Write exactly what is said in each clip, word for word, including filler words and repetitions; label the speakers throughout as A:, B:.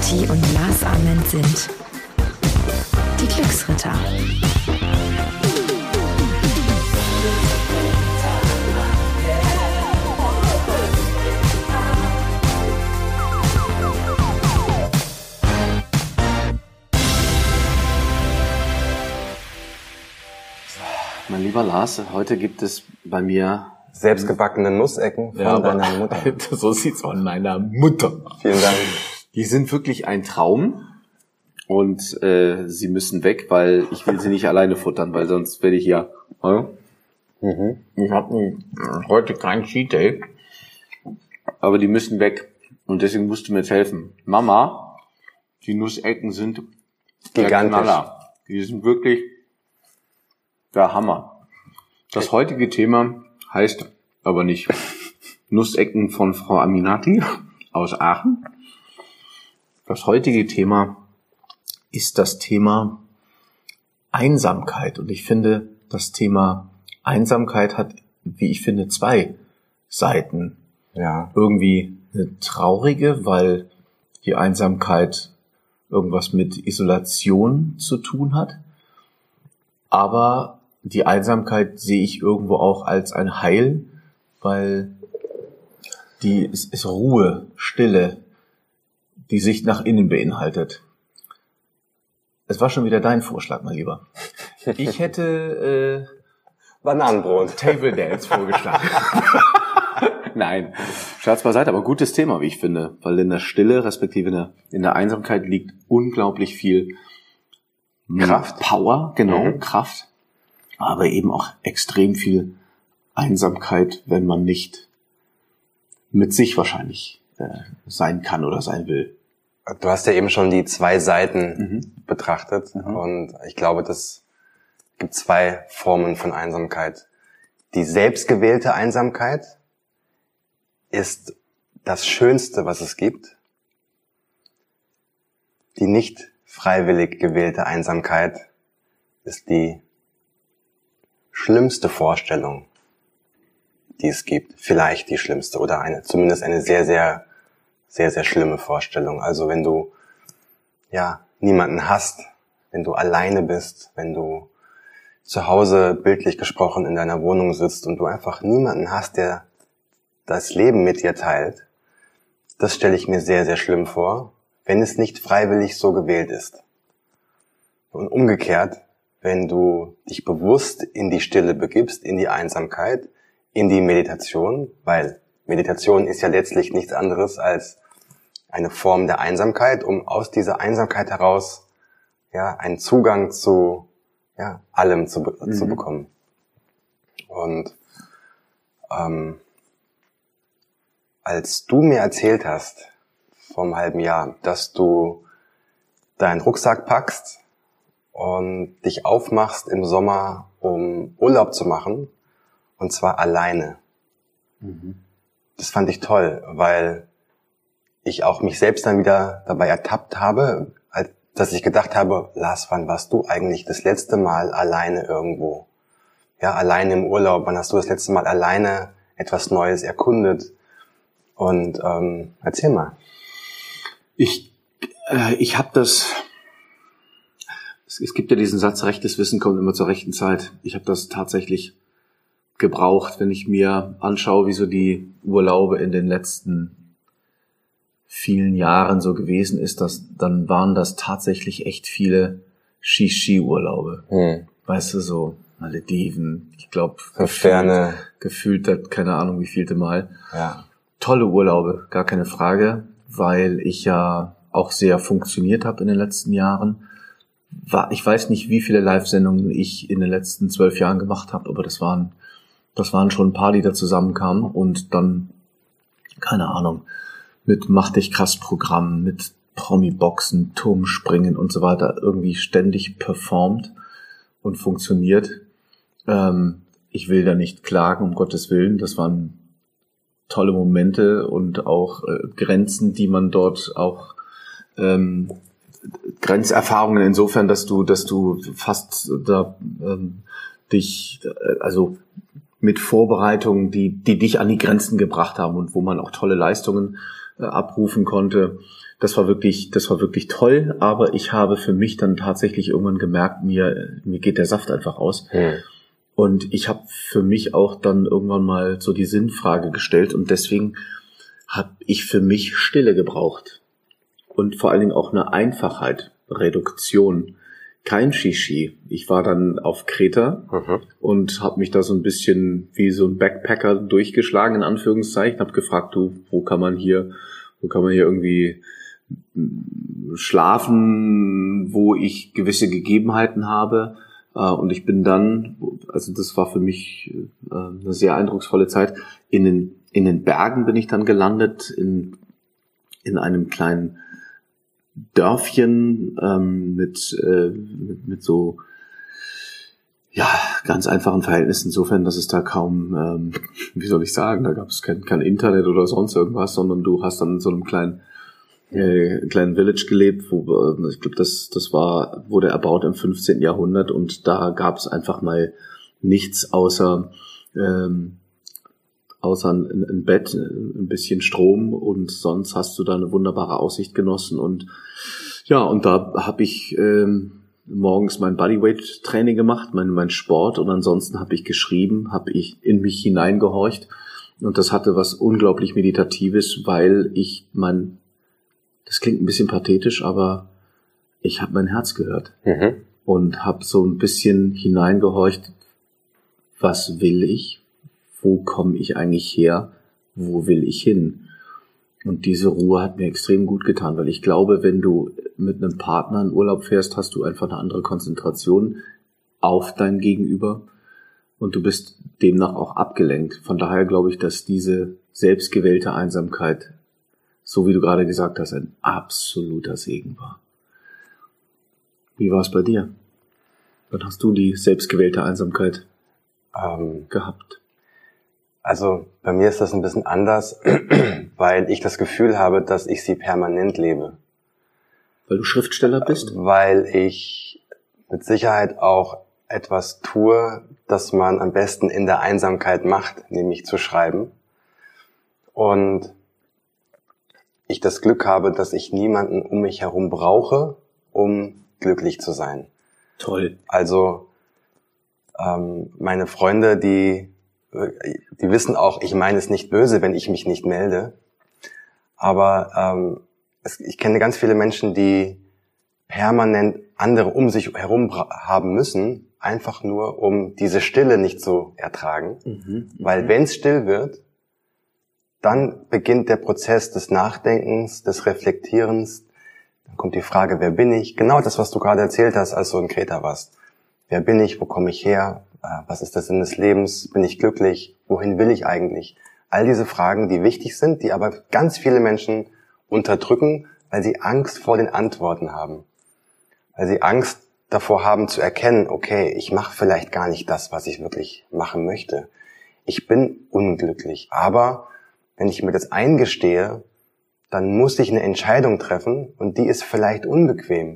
A: Aminati und Lars Ament sind die Glücksritter.
B: Mein lieber Lars, heute gibt es bei mir
C: selbstgebackene Nussecken von ja, deiner Mutter.
B: So sieht's von meiner Mutter.
C: Vielen Dank.
B: Die sind wirklich ein Traum und äh, sie müssen weg, weil ich will sie nicht alleine futtern, weil sonst werde ich ja. Äh? Mhm. Ich habe heute kein Cheat Day, aber die müssen weg und deswegen musst du mir jetzt helfen. Mama, die Nussecken sind
C: gigantisch.
B: Die sind wirklich der Hammer. Das heutige Thema heißt aber nicht Nussecken von Frau Aminati aus Aachen. Das heutige Thema ist das Thema Einsamkeit. Und ich finde, das Thema Einsamkeit hat, wie ich finde, zwei Seiten.
C: Ja.
B: Irgendwie eine traurige, weil die Einsamkeit irgendwas mit Isolation zu tun hat. Aber die Einsamkeit sehe ich irgendwo auch als ein Heil, weil die es ist Ruhe, Stille, die Sicht nach innen beinhaltet. Es war schon wieder dein Vorschlag, mein Lieber. Ich hätte äh,
C: Bananenbrot,
B: Table Dance vorgeschlagen. Nein, Scherz beiseite, aber gutes Thema, wie ich finde, weil in der Stille, respektive in der, in der Einsamkeit liegt unglaublich viel
C: Kraft,
B: Power, genau,
C: mhm.
B: Kraft. Aber eben auch extrem viel Einsamkeit, wenn man nicht mit sich wahrscheinlich äh, sein kann oder sein will.
C: Du hast ja eben schon die zwei Seiten
B: Mhm.
C: betrachtet
B: Mhm.
C: und ich glaube, das gibt zwei Formen von Einsamkeit. Die selbstgewählte Einsamkeit ist das Schönste, was es gibt. Die nicht freiwillig gewählte Einsamkeit ist die schlimmste Vorstellung, die es gibt. Vielleicht die schlimmste oder eine, zumindest eine sehr, sehr, sehr, sehr schlimme Vorstellung. Also wenn du, ja, niemanden hast, wenn du alleine bist, wenn du zu Hause bildlich gesprochen in deiner Wohnung sitzt und du einfach niemanden hast, der das Leben mit dir teilt, das stelle ich mir sehr, sehr schlimm vor, wenn es nicht freiwillig so gewählt ist. Und umgekehrt, wenn du dich bewusst in die Stille begibst, in die Einsamkeit, in die Meditation, weil Meditation ist ja letztlich nichts anderes als eine Form der Einsamkeit, um aus dieser Einsamkeit heraus ja einen Zugang zu ja allem zu, be- mhm. zu bekommen. Und ähm, als du mir erzählt hast vor einem halben Jahr, dass du deinen Rucksack packst und dich aufmachst im Sommer, um Urlaub zu machen, und zwar alleine.
B: Mhm.
C: Das fand ich toll, weil ich auch mich selbst dann wieder dabei ertappt habe, als, dass ich gedacht habe, Lars, wann warst du eigentlich das letzte Mal alleine irgendwo? Ja, alleine im Urlaub, wann hast du das letzte Mal alleine etwas Neues erkundet? Und ähm, erzähl mal.
B: Ich, äh, ich habe das... Es gibt ja diesen Satz, rechtes Wissen kommt immer zur rechten Zeit. Ich habe das tatsächlich gebraucht, wenn ich mir anschaue, wie so die Urlaube in den letzten vielen Jahren so gewesen ist, dass, dann waren das tatsächlich echt viele Shishi-Urlaube.
C: Hm.
B: Weißt du, so Malediven, ich glaube,
C: Sterne.
B: Gefühlt, gefühlt, keine Ahnung, wie vielte Mal.
C: Ja.
B: Tolle Urlaube, gar keine Frage, weil ich ja auch sehr funktioniert habe in den letzten Jahren. Ich weiß nicht, wie viele Live-Sendungen ich in den letzten zwölf Jahren gemacht habe, aber das waren, das waren schon ein paar, die da zusammenkamen und dann, keine Ahnung, mit Mach dich krass Programm, mit Promi-Boxen, Turmspringen und so weiter irgendwie ständig performt und funktioniert. Ähm, ich will da nicht klagen, um Gottes Willen, das waren tolle Momente und auch äh, Grenzen, die man dort auch ähm, Grenzerfahrungen insofern, dass du, dass du fast da ähm, dich, also mit Vorbereitungen, die, die dich an die Grenzen gebracht haben und wo man auch tolle Leistungen äh, abrufen konnte. Das war wirklich, das war wirklich toll, aber ich habe für mich dann tatsächlich irgendwann gemerkt, mir, mir geht der Saft einfach aus. Hm. Und ich habe für mich auch dann irgendwann mal so die Sinnfrage gestellt und deswegen habe ich für mich Stille gebraucht. Und vor allen Dingen auch eine Einfachheit, Reduktion. Kein Shishi. Ich war dann auf Kreta mhm. und habe mich da so ein bisschen wie so ein Backpacker durchgeschlagen, in Anführungszeichen. Habe gefragt, du, wo kann man hier, wo kann man hier irgendwie schlafen, wo ich gewisse Gegebenheiten habe. Und ich bin dann, also das war für mich eine sehr eindrucksvolle Zeit, in den, in den Bergen bin ich dann gelandet, in, in einem kleinen Dörfchen ähm, mit, äh, mit mit so ja ganz einfachen Verhältnissen, insofern, dass es da kaum, ähm, wie soll ich sagen, da gab es kein, kein Internet oder sonst irgendwas, sondern du hast dann in so einem kleinen äh, kleinen Village gelebt, wo ich glaube, das das war wurde erbaut im fünfzehnten Jahrhundert und da gab es einfach mal nichts außer ähm, außer ein, ein Bett, ein bisschen Strom und sonst hast du da eine wunderbare Aussicht genossen und ja, und da habe ich ähm, morgens mein Bodyweight-Training gemacht, mein, mein Sport und ansonsten habe ich geschrieben, habe ich in mich hineingehorcht und das hatte was unglaublich Meditatives, weil ich mein, das klingt ein bisschen pathetisch, aber ich habe mein Herz gehört mhm. und habe so ein bisschen hineingehorcht, was will ich? Wo komme ich eigentlich her? Wo will ich hin? Und diese Ruhe hat mir extrem gut getan, weil ich glaube, wenn du mit einem Partner in Urlaub fährst, hast du einfach eine andere Konzentration auf dein Gegenüber und du bist demnach auch abgelenkt. Von daher glaube ich, dass diese selbstgewählte Einsamkeit, so wie du gerade gesagt hast, ein absoluter Segen war. Wie war es bei dir? Wann hast du die selbstgewählte Einsamkeit ähm. gehabt?
C: Also bei mir ist das ein bisschen anders, weil ich das Gefühl habe, dass ich sie permanent lebe.
B: Weil du Schriftsteller bist?
C: Weil ich mit Sicherheit auch etwas tue, das man am besten in der Einsamkeit macht, nämlich zu schreiben. Und ich das Glück habe, dass ich niemanden um mich herum brauche, um glücklich zu sein.
B: Toll.
C: Also ähm, meine Freunde, die Die wissen auch, ich meine es nicht böse, wenn ich mich nicht melde. Aber ähm, es, ich kenne ganz viele Menschen, die permanent andere um sich herum haben müssen, einfach nur, um diese Stille nicht zu ertragen. Mhm, Weil wenn es still wird, dann beginnt der Prozess des Nachdenkens, des Reflektierens. Dann kommt die Frage, wer bin ich? Genau das, was du gerade erzählt hast, als du in Kreta warst. Wer bin ich? Wo komme ich her? Was ist der Sinn des Lebens? Bin ich glücklich? Wohin will ich eigentlich? All diese Fragen, die wichtig sind, die aber ganz viele Menschen unterdrücken, weil sie Angst vor den Antworten haben. Weil sie Angst davor haben zu erkennen, okay, ich mache vielleicht gar nicht das, was ich wirklich machen möchte. Ich bin unglücklich. Aber wenn ich mir das eingestehe, dann muss ich eine Entscheidung treffen und die ist vielleicht unbequem.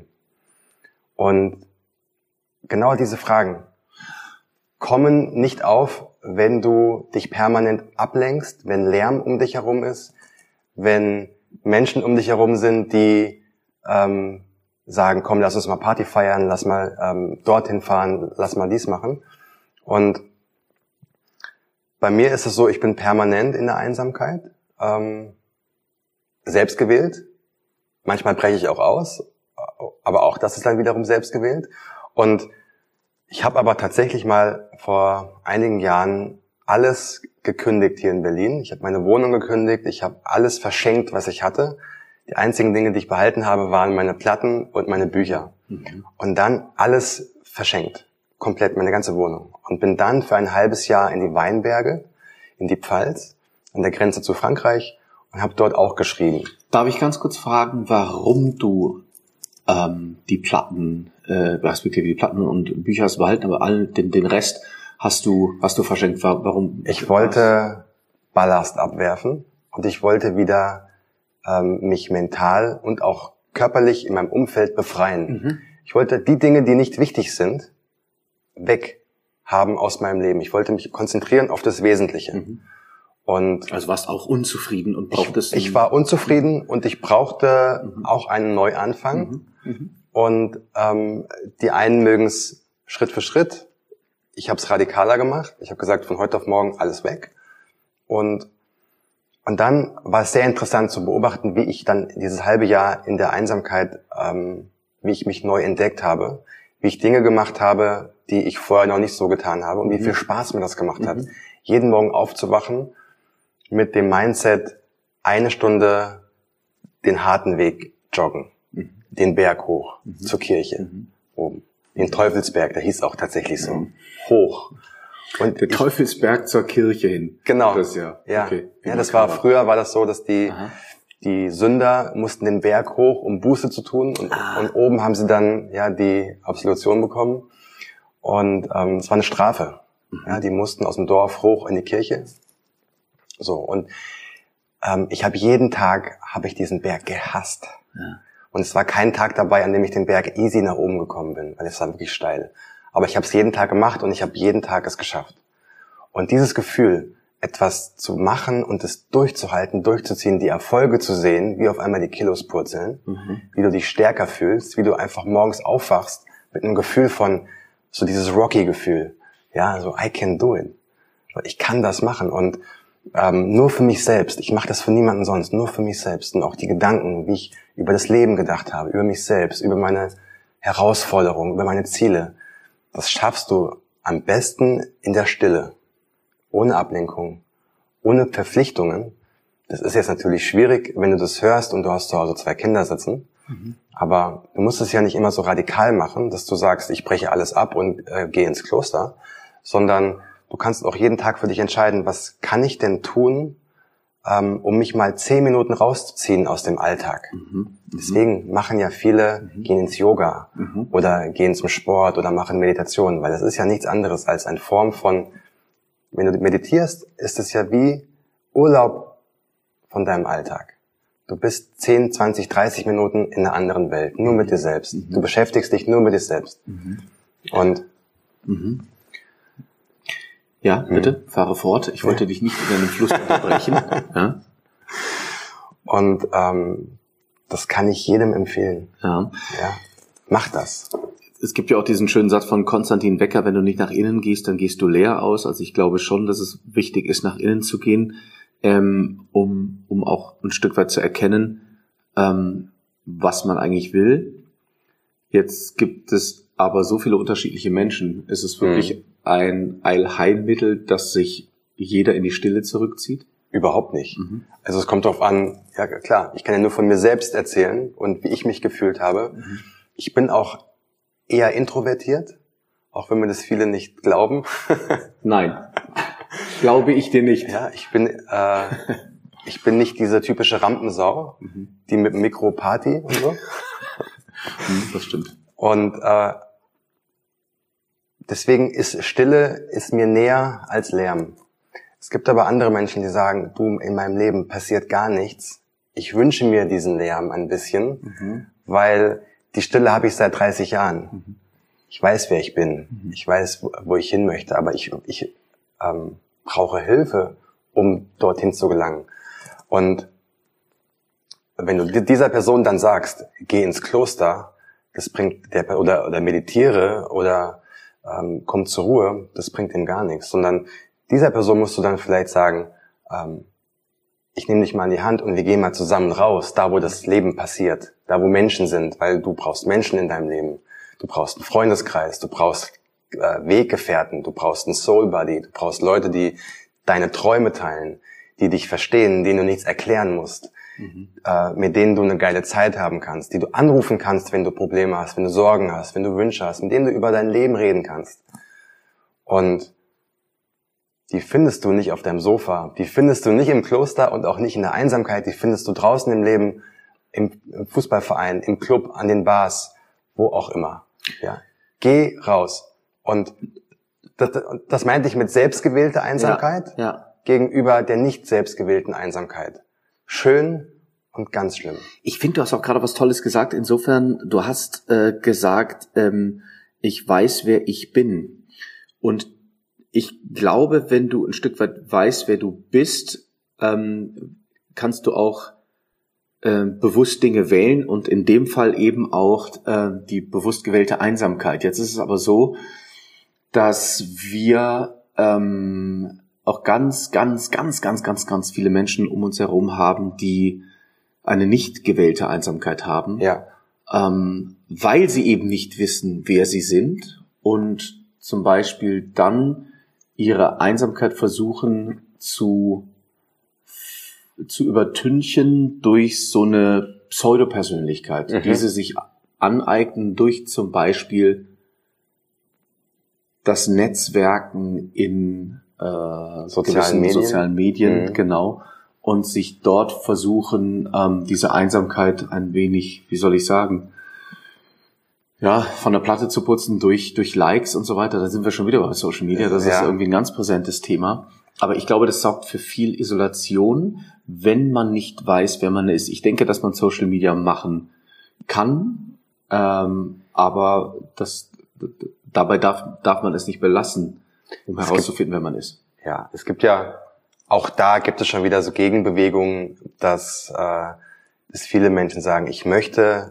C: Und genau diese Fragen kommen nicht auf, wenn du dich permanent ablenkst, wenn Lärm um dich herum ist, wenn Menschen um dich herum sind, die ähm, sagen, komm, lass uns mal Party feiern, lass mal ähm, dorthin fahren, lass mal dies machen. Und bei mir ist es so, ich bin permanent in der Einsamkeit, ähm, selbstgewählt. Manchmal breche ich auch aus, aber auch das ist dann wiederum selbstgewählt. Und ich habe aber tatsächlich mal vor einigen Jahren alles gekündigt hier in Berlin. Ich habe meine Wohnung gekündigt, ich habe alles verschenkt, was ich hatte. Die einzigen Dinge, die ich behalten habe, waren meine Platten und meine Bücher. Mhm. Und dann alles verschenkt, komplett meine ganze Wohnung. Und bin dann für ein halbes Jahr in die Weinberge, in die Pfalz, an der Grenze zu Frankreich und habe dort auch geschrieben.
B: Darf ich ganz kurz fragen, warum du ähm, die Platten, äh, respektive die Platten und Bücher hast behalten, aber all den, den Rest hast du hast du verschenkt? Warum?
C: Ich wollte Ballast abwerfen und ich wollte wieder ähm, mich mental und auch körperlich in meinem Umfeld befreien. Mhm. Ich wollte die Dinge, die nicht wichtig sind, weg haben aus meinem Leben. Ich wollte mich konzentrieren auf das Wesentliche. Mhm. Und
B: also warst auch unzufrieden und brauchtest...
C: Ich, ich war unzufrieden und ich brauchte mhm. auch einen Neuanfang. Mhm. Mhm. Und ähm, die einen mögen es Schritt für Schritt. Ich habe es radikaler gemacht. Ich habe gesagt, von heute auf morgen alles weg. Und und dann war es sehr interessant zu beobachten, wie ich dann dieses halbe Jahr in der Einsamkeit, ähm, wie ich mich neu entdeckt habe, wie ich Dinge gemacht habe, die ich vorher noch nicht so getan habe und wie viel Spaß mir das gemacht hat, mhm. jeden Morgen aufzuwachen mit dem Mindset, eine Stunde den harten Weg joggen, mhm. den Berg hoch mhm. zur Kirche, mhm. oben, den Teufelsberg, der hieß auch tatsächlich so, mhm. hoch.
B: Und der ich, Teufelsberg zur Kirche hin.
C: Genau.
B: Das ja.
C: Ja, okay. Ja, das war früher war das so, dass die Aha. die Sünder mussten den Berg hoch, um Buße zu tun, und, ah. und oben haben sie dann ja die Absolution bekommen. Und ähm, es war eine Strafe. Mhm. Ja, die mussten aus dem Dorf hoch in die Kirche. So, und ähm, ich habe jeden Tag habe ich diesen Berg gehasst. Ja. Und es war kein Tag dabei, an dem ich den Berg easy nach oben gekommen bin, weil es war wirklich steil. Aber ich habe es jeden Tag gemacht und ich habe jeden Tag es geschafft. Und dieses Gefühl, etwas zu machen und es durchzuhalten, durchzuziehen, die Erfolge zu sehen, wie auf einmal die Kilos purzeln, mhm. wie du dich stärker fühlst, wie du einfach morgens aufwachst mit einem Gefühl von, so dieses Rocky-Gefühl. Ja, so I can do it. Ich kann das machen und ähm, nur für mich selbst. Ich mache das für niemanden sonst, nur für mich selbst. Und auch die Gedanken, wie ich über das Leben gedacht habe, über mich selbst, über meine Herausforderungen, über meine Ziele. Das schaffst du am besten in der Stille, ohne Ablenkung, ohne Verpflichtungen. Das ist jetzt natürlich schwierig, wenn du das hörst und du hast zu Hause zwei Kinder sitzen. Mhm. Aber du musst es ja nicht immer so radikal machen, dass du sagst, ich breche alles ab und äh, gehe ins Kloster, sondern du kannst auch jeden Tag für dich entscheiden, was kann ich denn tun, ähm, um mich mal zehn Minuten rauszuziehen aus dem Alltag. Mhm. Deswegen machen ja viele, mhm. gehen ins Yoga mhm. oder gehen zum Sport oder machen Meditation, weil das ist ja nichts anderes als eine Form von, wenn du meditierst, ist es ja wie Urlaub von deinem Alltag. Du bist zehn, zwanzig, dreißig Minuten in einer anderen Welt, nur mit dir selbst. Mhm. Du beschäftigst dich nur mit dir selbst. Mhm. Und
B: mhm. Ja, bitte, mhm. fahre fort. Ich wollte ja. dich nicht in deinem Fluss unterbrechen. Ja.
C: Und ähm, das kann ich jedem empfehlen.
B: Ja.
C: Ja. Mach das.
B: Es gibt ja auch diesen schönen Satz von Konstantin Wecker, wenn du nicht nach innen gehst, dann gehst du leer aus. Also ich glaube schon, dass es wichtig ist, nach innen zu gehen, ähm, um um auch ein Stück weit zu erkennen, ähm, was man eigentlich will. Jetzt gibt es aber so viele unterschiedliche Menschen. Es ist wirklich mhm. ein Allheilmittel, dass sich jeder in die Stille zurückzieht?
C: Überhaupt nicht. Mhm. Also es kommt darauf an, ja klar, ich kann ja nur von mir selbst erzählen und wie ich mich gefühlt habe. Mhm. Ich bin auch eher introvertiert, auch wenn mir das viele nicht glauben.
B: Nein, glaube ich dir nicht.
C: Ja, ich bin äh, ich bin nicht diese typische Rampensau, mhm. die mit dem Mikro Party und so.
B: Das stimmt.
C: Und äh, deswegen ist Stille ist mir näher als Lärm. Es gibt aber andere Menschen, die sagen, du, in meinem Leben passiert gar nichts. Ich wünsche mir diesen Lärm ein bisschen, mhm. weil die Stille habe ich seit dreißig Jahren. Mhm. Ich weiß, wer ich bin. Mhm. Ich weiß, wo, wo ich hin möchte, aber ich, ich ähm, brauche Hilfe, um dorthin zu gelangen. Und wenn du dieser Person dann sagst, geh ins Kloster, das bringt der oder oder meditiere oder ähm, komm zur Ruhe, das bringt ihm gar nichts, sondern dieser Person musst du dann vielleicht sagen, ähm, ich nehme dich mal in die Hand und wir gehen mal zusammen raus, da wo das Leben passiert, da wo Menschen sind, weil du brauchst Menschen in deinem Leben. Du brauchst einen Freundeskreis, du brauchst äh, Weggefährten, du brauchst einen Soul Buddy, du brauchst Leute, die deine Träume teilen, die dich verstehen, denen du nichts erklären musst, mhm. äh, mit denen du eine geile Zeit haben kannst, die du anrufen kannst, wenn du Probleme hast, wenn du Sorgen hast, wenn du Wünsche hast, mit denen du über dein Leben reden kannst. Und die findest du nicht auf deinem Sofa, die findest du nicht im Kloster und auch nicht in der Einsamkeit, die findest du draußen im Leben, im, im Fußballverein, im Club, an den Bars, wo auch immer. Ja, geh raus. Und das, das meinte ich mit selbstgewählter Einsamkeit
B: ja, ja.
C: gegenüber der nicht selbstgewählten Einsamkeit. Schön und ganz schlimm.
B: Ich finde, du hast auch gerade was Tolles gesagt. Insofern, du hast äh, gesagt, ähm, ich weiß, wer ich bin. Und ich glaube, wenn du ein Stück weit weißt, wer du bist, ähm, kannst du auch äh, bewusst Dinge wählen und in dem Fall eben auch äh, die bewusst gewählte Einsamkeit. Jetzt ist es aber so, dass wir ähm, auch ganz, ganz, ganz, ganz, ganz, ganz viele Menschen um uns herum haben, die eine nicht gewählte Einsamkeit haben,
C: Ja.
B: ähm, weil sie eben nicht wissen, wer sie sind und zum Beispiel dann ihre Einsamkeit versuchen zu zu übertünchen durch so eine Pseudopersönlichkeit,
C: Mhm.
B: die sie sich aneignen durch zum Beispiel das Netzwerken in äh,
C: Sozialen
B: gewissen
C: Medien.
B: sozialen Medien,
C: Mhm.
B: genau, und sich dort versuchen, ähm, diese Einsamkeit ein wenig, wie soll ich sagen, ja, von der Platte zu putzen durch durch Likes und so weiter. Da sind wir schon wieder bei Social Media. Das
C: Ja.
B: ist irgendwie ein ganz präsentes Thema. Aber ich glaube, das sorgt für viel Isolation, wenn man nicht weiß, wer man ist. Ich denke, dass man Social Media machen kann, ähm, aber das, dabei darf, darf man es nicht belassen, um
C: Es
B: herauszufinden, wer man ist.
C: Ja, es gibt ja, auch da gibt es schon wieder so Gegenbewegungen, dass, äh, dass viele Menschen sagen, ich möchte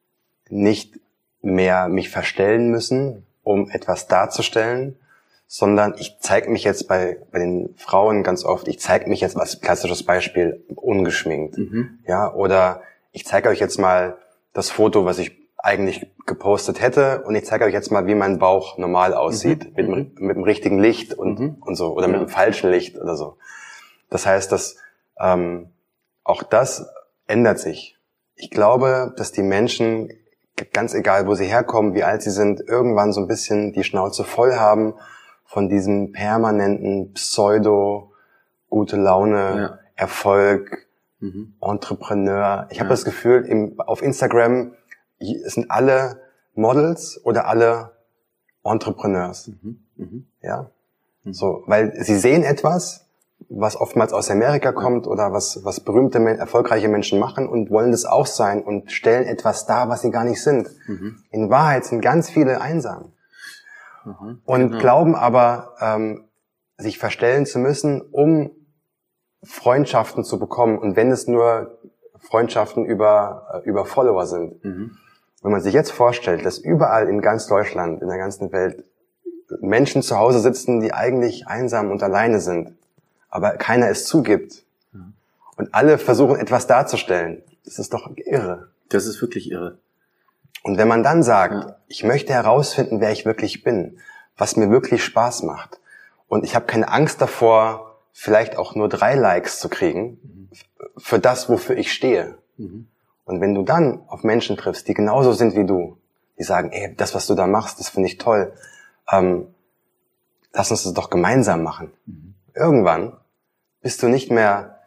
C: nicht mehr mich verstellen müssen, um etwas darzustellen, sondern ich zeige mich jetzt bei, bei den Frauen ganz oft, ich zeige mich jetzt als klassisches Beispiel ungeschminkt.
B: Mhm.
C: Ja, oder ich zeige euch jetzt mal das Foto, was ich eigentlich gepostet hätte, und ich zeige euch jetzt mal, wie mein Bauch normal aussieht,
B: Mhm.
C: mit, dem, mit dem richtigen Licht und,
B: Mhm.
C: und so, oder
B: Ja.
C: mit dem falschen Licht oder so. Das heißt, dass ähm, auch das ändert sich. Ich glaube, dass die Menschen, ganz egal, wo sie herkommen, wie alt sie sind, irgendwann so ein bisschen die Schnauze voll haben von diesem permanenten Pseudo, gute Laune,
B: Ja.
C: Erfolg,
B: Mhm.
C: Entrepreneur. Ich habe
B: Ja.
C: das Gefühl, im, auf Instagram es sind alle Models oder alle Entrepreneurs.
B: Mhm. Mhm.
C: Ja,
B: Mhm.
C: so, weil sie sehen etwas, was oftmals aus Amerika kommt oder was was berühmte, erfolgreiche Menschen machen und wollen das auch sein und stellen etwas dar, was sie gar nicht sind.
B: Mhm.
C: In Wahrheit sind ganz viele einsam
B: Mhm.
C: und
B: Genau.
C: glauben aber, ähm, sich verstellen zu müssen, um Freundschaften zu bekommen. Und wenn es nur Freundschaften über über Follower sind.
B: Mhm.
C: Wenn man sich jetzt vorstellt, dass überall in ganz Deutschland, in der ganzen Welt Menschen zu Hause sitzen, die eigentlich einsam und alleine sind, aber keiner es zugibt,
B: Mhm.
C: und alle versuchen, etwas darzustellen, das ist doch irre.
B: Das ist wirklich irre.
C: Und wenn man dann sagt,
B: Ja.
C: ich möchte herausfinden, wer ich wirklich bin, was mir wirklich Spaß macht, und ich habe keine Angst davor, vielleicht auch nur drei Likes zu kriegen,
B: Mhm.
C: für das, wofür ich stehe.
B: Mhm.
C: Und wenn du dann auf Menschen triffst, die genauso sind wie du, die sagen, ey, das, was du da machst, das finde ich toll, ähm, lass uns das doch gemeinsam machen.
B: Mhm.
C: Irgendwann bist du nicht mehr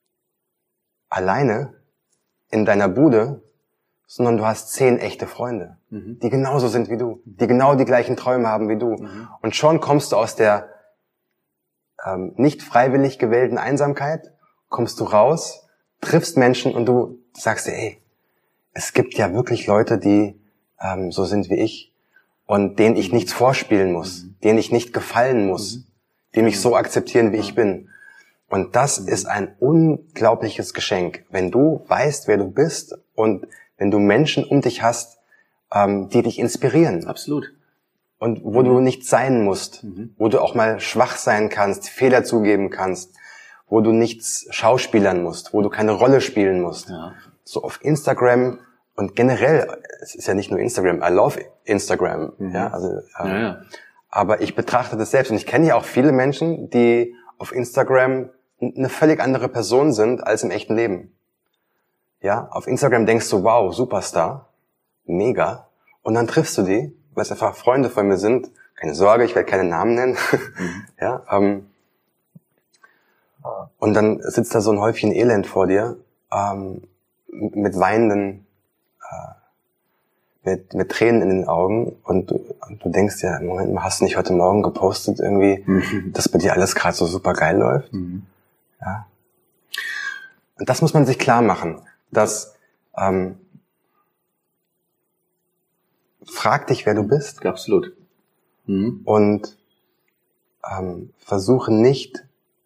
C: alleine in deiner Bude, sondern du hast zehn echte Freunde,
B: Mhm.
C: die genauso sind wie du, die genau die gleichen Träume haben wie du.
B: Mhm.
C: Und schon kommst du aus der ähm, nicht freiwillig gewählten Einsamkeit, kommst du raus, triffst Menschen und du sagst dir, ey, es gibt ja wirklich Leute, die ähm, so sind wie ich und denen ich nichts vorspielen muss,
B: Mhm.
C: denen ich nicht gefallen muss,
B: Mhm.
C: die mich so akzeptieren, wie ich bin. Und das
B: Mhm.
C: ist ein unglaubliches Geschenk, wenn du weißt, wer du bist und wenn du Menschen um dich hast, ähm, die dich inspirieren
B: Absolut.
C: und wo
B: Mhm.
C: du nicht sein musst,
B: Mhm.
C: wo du auch mal schwach sein kannst, Fehler zugeben kannst, wo du nichts schauspielern musst, wo du keine Rolle spielen musst.
B: Ja.
C: So auf Instagram und generell, es ist ja nicht nur Instagram, I love Instagram,
B: Mhm.
C: ja, also, ähm,
B: Ja, ja.
C: aber ich betrachte das selbst und ich kenne ja auch viele Menschen, die auf Instagram eine völlig andere Person sind als im echten Leben. Ja, auf Instagram denkst du, wow, Superstar, mega, und dann triffst du die, weil es einfach Freunde von mir sind. Keine Sorge, ich werde keine Namen nennen.
B: Mhm.
C: Ja, ähm, und dann sitzt da so ein Häufchen Elend vor dir, ähm, mit weinenden, äh, mit, mit Tränen in den Augen, und du, und du denkst ja, Moment mal, hast du nicht heute Morgen gepostet irgendwie,
B: Mhm.
C: dass bei dir alles gerade so super geil läuft?
B: Mhm.
C: Ja. Und das muss man sich klar machen, dass ähm, frag dich, wer du bist,
B: Absolut. Mhm.
C: und ähm, versuche nicht,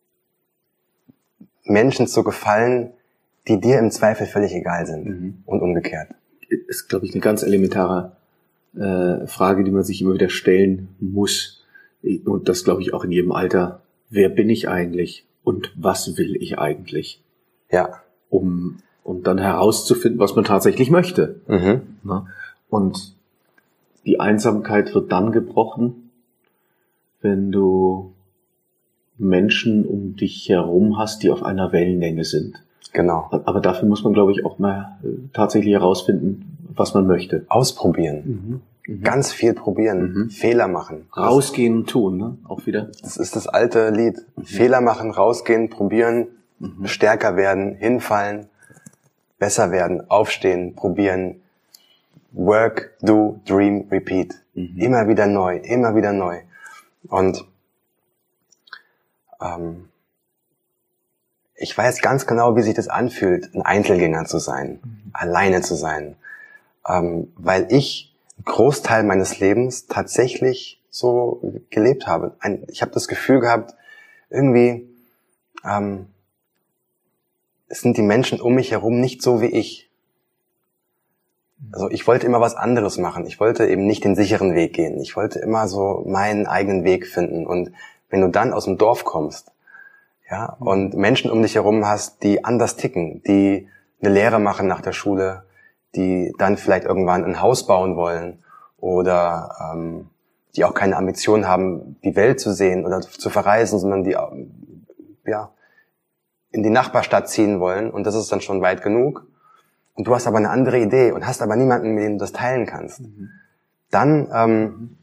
C: Menschen zu gefallen, die dir im Zweifel völlig egal sind. Mhm. Und umgekehrt.
B: Das ist, glaube ich, eine ganz elementare äh, Frage, die man sich immer wieder stellen muss. Und das, glaube ich, auch in jedem Alter. Wer bin ich eigentlich? Und was will ich eigentlich?
C: Ja.
B: Um, um dann herauszufinden, was man tatsächlich möchte.
C: Mhm.
B: Na? Und die Einsamkeit wird dann gebrochen, wenn du Menschen um dich herum hast, die auf einer Wellenlänge sind.
C: Genau.
B: Aber dafür muss man, glaube ich, auch mal tatsächlich herausfinden, was man möchte.
C: Ausprobieren. Mhm. Mhm. Ganz viel probieren. Mhm. Fehler machen.
B: Rausgehen und tun, ne? Auch wieder.
C: Das ist das alte Lied. Mhm. Fehler machen, rausgehen, probieren, mhm. stärker werden, hinfallen, besser werden, aufstehen, probieren. Work, do, dream, repeat. Mhm. Immer wieder neu, immer wieder neu. Und ähm, ich weiß ganz genau, wie sich das anfühlt, ein Einzelgänger zu sein, mhm. alleine zu sein. Ähm, weil ich einen Großteil meines Lebens tatsächlich so gelebt habe. Ein, ich habe das Gefühl gehabt, irgendwie ähm, es sind die Menschen um mich herum nicht so wie ich. Also ich wollte immer was anderes machen. Ich wollte eben nicht den sicheren Weg gehen. Ich wollte immer so meinen eigenen Weg finden. Und wenn du dann aus dem Dorf kommst, ja, und Menschen um dich herum hast, die anders ticken, die eine Lehre machen nach der Schule, die dann vielleicht irgendwann ein Haus bauen wollen oder ähm, die auch keine Ambition haben, die Welt zu sehen oder zu verreisen, sondern die ja in die Nachbarstadt ziehen wollen und das ist dann schon weit genug. Und du hast aber eine andere Idee und hast aber niemanden, mit dem du das teilen kannst. Mhm. Dann ähm,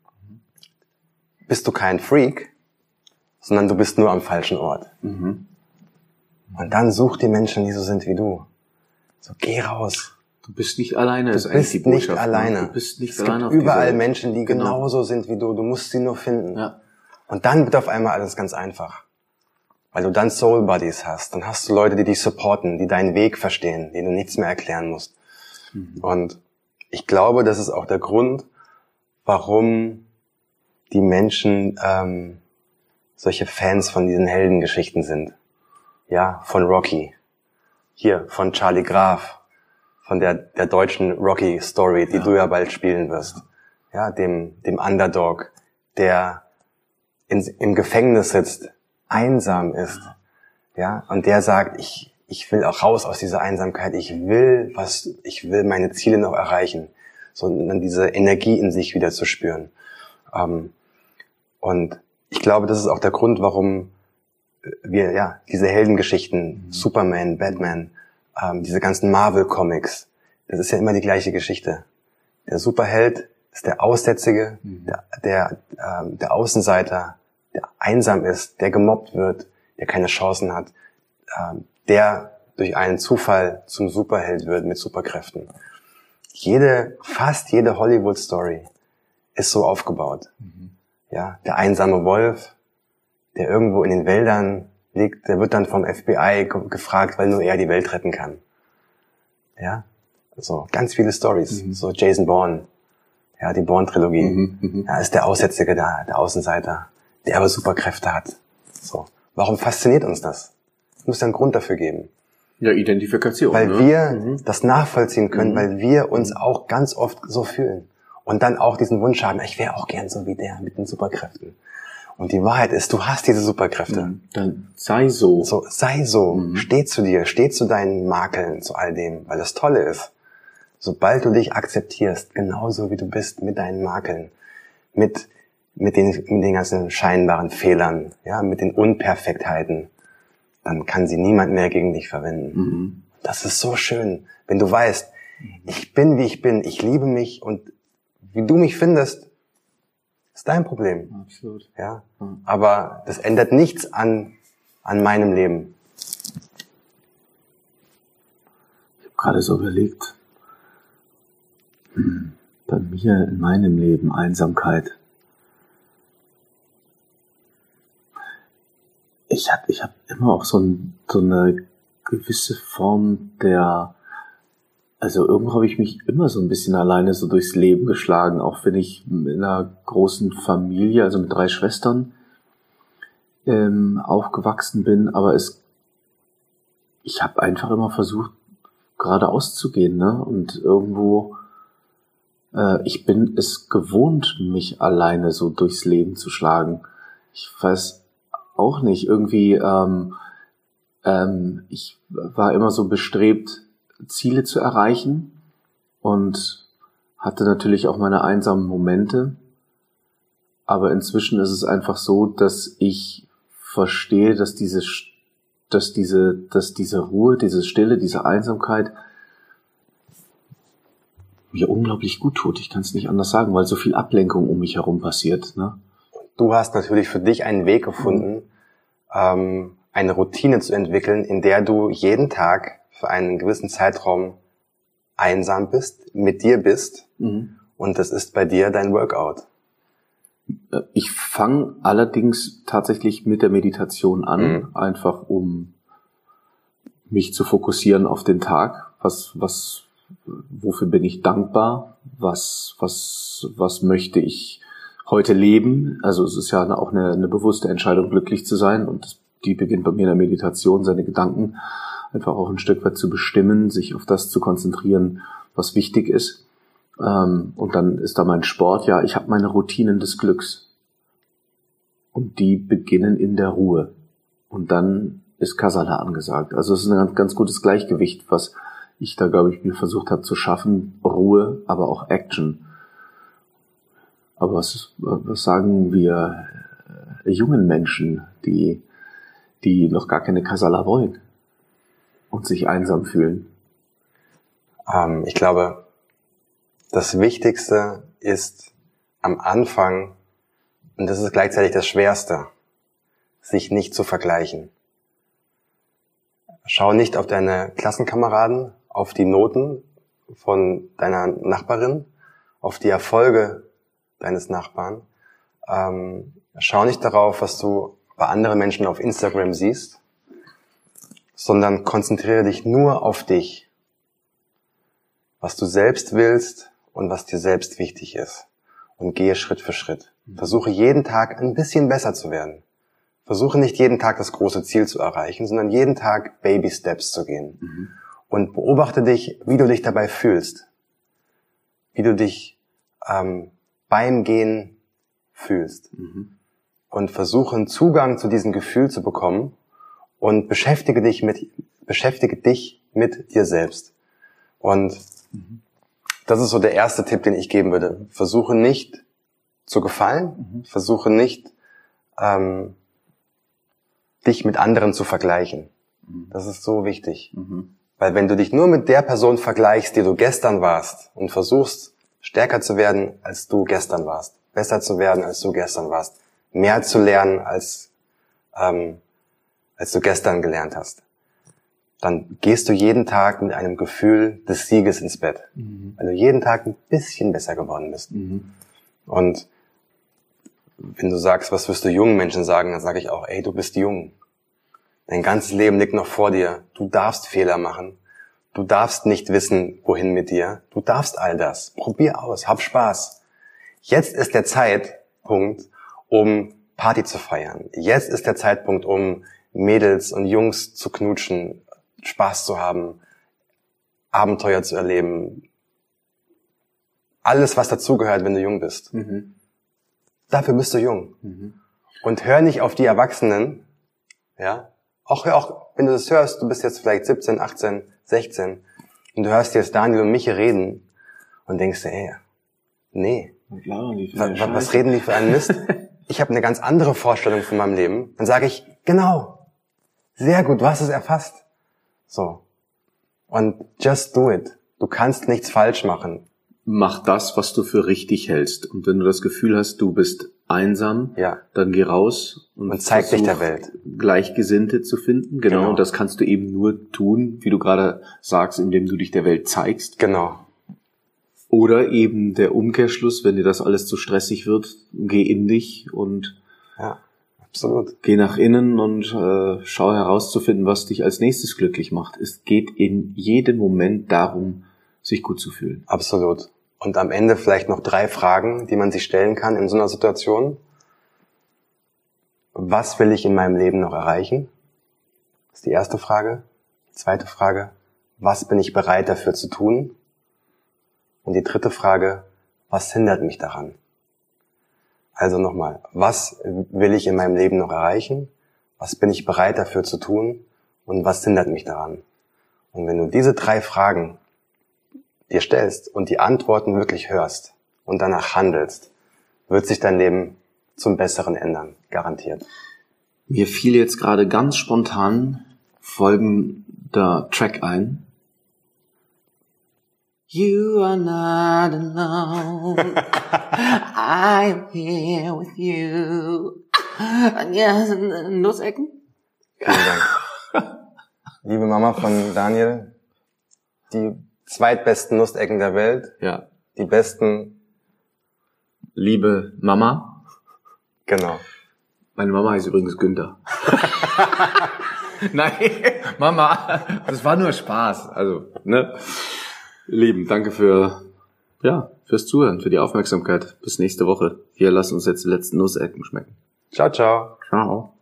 C: bist du kein Freak, sondern du bist nur am falschen Ort. Mhm. Und dann such die Menschen, die so sind wie du. So, geh raus.
B: Du bist nicht alleine.
C: Du bist nicht alleine.
B: Du bist nicht
C: es
B: alleine.
C: Es gibt überall Menschen, die genau. genauso sind wie du. Du musst sie nur finden.
B: Ja.
C: Und dann wird auf einmal alles ganz einfach. Weil du dann Soul Buddies hast. Dann hast du Leute, die dich supporten, die deinen Weg verstehen, denen du nichts mehr erklären musst. Mhm. Und ich glaube, das ist auch der Grund, warum die Menschen ähm, solche Fans von diesen Heldengeschichten sind. Ja, von Rocky. Hier, von Charlie Graf. Von der, der deutschen Rocky-Story, die ja. du ja bald spielen wirst. Ja, dem, dem Underdog, der in, im Gefängnis sitzt, einsam ist. Ja, und der sagt, ich, ich will auch raus aus dieser Einsamkeit. Ich will was, ich will meine Ziele noch erreichen. So, dann diese Energie in sich wieder zu spüren. Ähm, und ich glaube, das ist auch der Grund, warum wir, ja, diese Heldengeschichten, mhm. Superman, Batman, ähm, diese ganzen Marvel-Comics, das ist ja immer die gleiche Geschichte. Der Superheld ist der Aussätzige, mhm. der, der, ähm, der Außenseiter, der einsam ist, der gemobbt wird, der keine Chancen hat, ähm, der durch einen Zufall zum Superheld wird mit Superkräften. Jede, fast jede Hollywood-Story ist so aufgebaut. Mhm. Ja, der einsame Wolf, der irgendwo in den Wäldern liegt, der wird dann vom F B I ge- gefragt, weil nur er die Welt retten kann. Ja, so ganz viele Stories. Mhm. So Jason Bourne, ja, die Bourne-Trilogie. Mhm, mhm. Ja, ist der Aussätzige da, der Außenseiter, der aber Superkräfte hat. So, warum fasziniert uns das? Es muss ja einen Grund dafür geben.
B: Ja, Identifikation.
C: Weil
B: ne?
C: wir
B: mhm.
C: das nachvollziehen können,
B: mhm.
C: weil wir uns auch ganz oft so fühlen. Und dann auch diesen Wunsch haben, ich wäre auch gern so wie der mit den Superkräften. Und die Wahrheit ist, du hast diese Superkräfte.
B: Mhm. Dann sei so.
C: So, sei so. Mhm. Steh zu dir, steh zu deinen Makeln, zu all dem. Weil das Tolle ist, sobald du dich akzeptierst, genauso wie du bist, mit deinen Makeln, mit, mit den, mit den ganzen scheinbaren Fehlern, ja, mit den Unperfektheiten, dann kann sie niemand mehr gegen dich verwenden. Mhm. Das ist so schön, wenn du weißt, ich bin, wie ich bin, ich liebe mich und wie du mich findest, ist dein Problem.
B: Absolut.
C: Ja, mhm. Aber das ändert nichts an, an meinem Leben.
B: Ich habe gerade so überlegt, hm, bei mir in meinem Leben Einsamkeit. Ich habe ich hab immer auch so, ein, so eine gewisse Form der, also irgendwo habe ich mich immer so ein bisschen alleine so durchs Leben geschlagen, auch wenn ich in einer großen Familie, also mit drei Schwestern, ähm, aufgewachsen bin, aber es, ich habe einfach immer versucht, geradeaus zu gehen, ne? Und irgendwo, äh, ich bin es gewohnt, mich alleine so durchs Leben zu schlagen. Ich weiß auch nicht, irgendwie, ähm, ähm, ich war immer so bestrebt, Ziele zu erreichen und hatte natürlich auch meine einsamen Momente. Aber inzwischen ist es einfach so, dass ich verstehe, dass diese, dass diese, dass diese Ruhe, diese Stille, diese Einsamkeit mir unglaublich gut tut. Ich kann es nicht anders sagen, weil so viel Ablenkung um mich herum passiert, ne?
C: Du hast natürlich für dich einen Weg gefunden, mhm. ähm, eine Routine zu entwickeln, in der du jeden Tag für einen gewissen Zeitraum einsam bist, mit dir bist, mhm. und das ist bei dir dein Workout.
B: Ich fange allerdings tatsächlich mit der Meditation an, mhm. einfach um mich zu fokussieren auf den Tag. Was, was, wofür bin ich dankbar? Was, was, was möchte ich heute leben? Also es ist ja auch eine, eine bewusste Entscheidung, glücklich zu sein, und die beginnt bei mir in der Meditation, seine Gedanken einfach auch ein Stück weit zu bestimmen, sich auf das zu konzentrieren, was wichtig ist. Und dann ist da mein Sport, ja, ich habe meine Routinen des Glücks. Und die beginnen in der Ruhe. Und dann ist Kasala angesagt. Also es ist ein ganz, ganz gutes Gleichgewicht, was ich da, glaube ich, mir versucht habe zu schaffen. Ruhe, aber auch Action. Aber was, was sagen wir äh, jungen Menschen, die, die noch gar keine Kasala wollen und sich einsam fühlen?
C: Ähm, ich glaube, das Wichtigste ist am Anfang, und das ist gleichzeitig das Schwerste, sich nicht zu vergleichen. Schau nicht auf deine Klassenkameraden, auf die Noten von deiner Nachbarin, auf die Erfolge deines Nachbarn. Ähm, schau nicht darauf, was du bei anderen Menschen auf Instagram siehst, sondern konzentriere dich nur auf dich, was du selbst willst und was dir selbst wichtig ist. Und gehe Schritt für Schritt. Versuche jeden Tag ein bisschen besser zu werden. Versuche nicht jeden Tag das große Ziel zu erreichen, sondern jeden Tag Baby Steps zu gehen. Mhm. Und beobachte dich, wie du dich dabei fühlst. Wie du dich ähm, beim Gehen fühlst. Mhm. Und versuche einen Zugang zu diesem Gefühl zu bekommen und beschäftige dich mit, beschäftige dich mit dir selbst. Und mhm. das ist so der erste Tipp, den ich geben würde. Versuche nicht zu gefallen, mhm. versuche nicht, ähm, dich mit anderen zu vergleichen. Mhm. Das ist so wichtig. Mhm. Weil wenn du dich nur mit der Person vergleichst, die du gestern warst, und versuchst, stärker zu werden, als du gestern warst, besser zu werden, als du gestern warst, mehr zu lernen, als, ähm, als du gestern gelernt hast, dann gehst du jeden Tag mit einem Gefühl des Sieges ins Bett. Mhm. Weil du jeden Tag ein bisschen besser geworden bist. Mhm. Und wenn du sagst, was wirst du jungen Menschen sagen, dann sage ich auch, ey, du bist jung. Dein ganzes Leben liegt noch vor dir. Du darfst Fehler machen. Du darfst nicht wissen, wohin mit dir. Du darfst all das. Probier aus, hab Spaß. Jetzt ist der Zeitpunkt, um Party zu feiern. Jetzt ist der Zeitpunkt, um Mädels und Jungs zu knutschen, Spaß zu haben, Abenteuer zu erleben. Alles, was dazugehört, wenn du jung bist. Mhm. Dafür bist du jung. Mhm. Und hör nicht auf die Erwachsenen, ja. Auch, auch wenn du das hörst, du bist jetzt vielleicht siebzehn, achtzehn, sechzehn und du hörst jetzt Daniel und mich reden und denkst dir, ey, nee, was, was reden die für einen Mist? Ich habe eine ganz andere Vorstellung von meinem Leben. Dann sage ich, genau, sehr gut, du hast es erfasst. So. Und just do it. Du kannst nichts falsch machen.
B: Mach das, was du für richtig hältst. Und wenn du das Gefühl hast, du bist einsam,
C: ja.
B: dann geh raus und,
C: und zeig dich der Welt.
B: Gleichgesinnte zu finden. Genau.
C: Genau.
B: Und das kannst du eben nur tun, wie du gerade sagst, indem du dich der Welt zeigst.
C: Genau.
B: Oder eben der Umkehrschluss, wenn dir das alles zu stressig wird, geh in dich und
C: ja, absolut.
B: Geh nach innen und äh, schau herauszufinden, was dich als nächstes glücklich macht. Es geht in jedem Moment darum, sich gut zu fühlen.
C: Absolut. Und am Ende vielleicht noch drei Fragen, die man sich stellen kann in so einer Situation. was will ich in meinem Leben noch erreichen? Das ist die erste Frage. Die zweite Frage, was bin ich bereit dafür zu tun? Und die dritte Frage, was hindert mich daran? Also nochmal, was will ich in meinem Leben noch erreichen? Was bin ich bereit dafür zu tun? Und was hindert mich daran? Und wenn du diese drei Fragen dir stellst und die Antworten wirklich hörst und danach handelst, wird sich dein Leben zum Besseren ändern, garantiert.
B: Mir fiel jetzt gerade ganz spontan folgender Track ein. You are not alone. I am here with you. Ja, Nussecken?
C: Vielen Dank. Liebe Mama von Daniel, die zweitbesten Nussecken der Welt.
B: Ja.
C: Die besten.
B: Liebe Mama.
C: Genau.
B: Meine Mama heißt übrigens Günther. Nein, Mama, das war nur Spaß. Also, ne? Lieben, danke für, ja, fürs Zuhören, für die Aufmerksamkeit. Bis nächste Woche. Hier, lass uns jetzt die letzten Nussecken schmecken.
C: Ciao, ciao.
B: Ciao.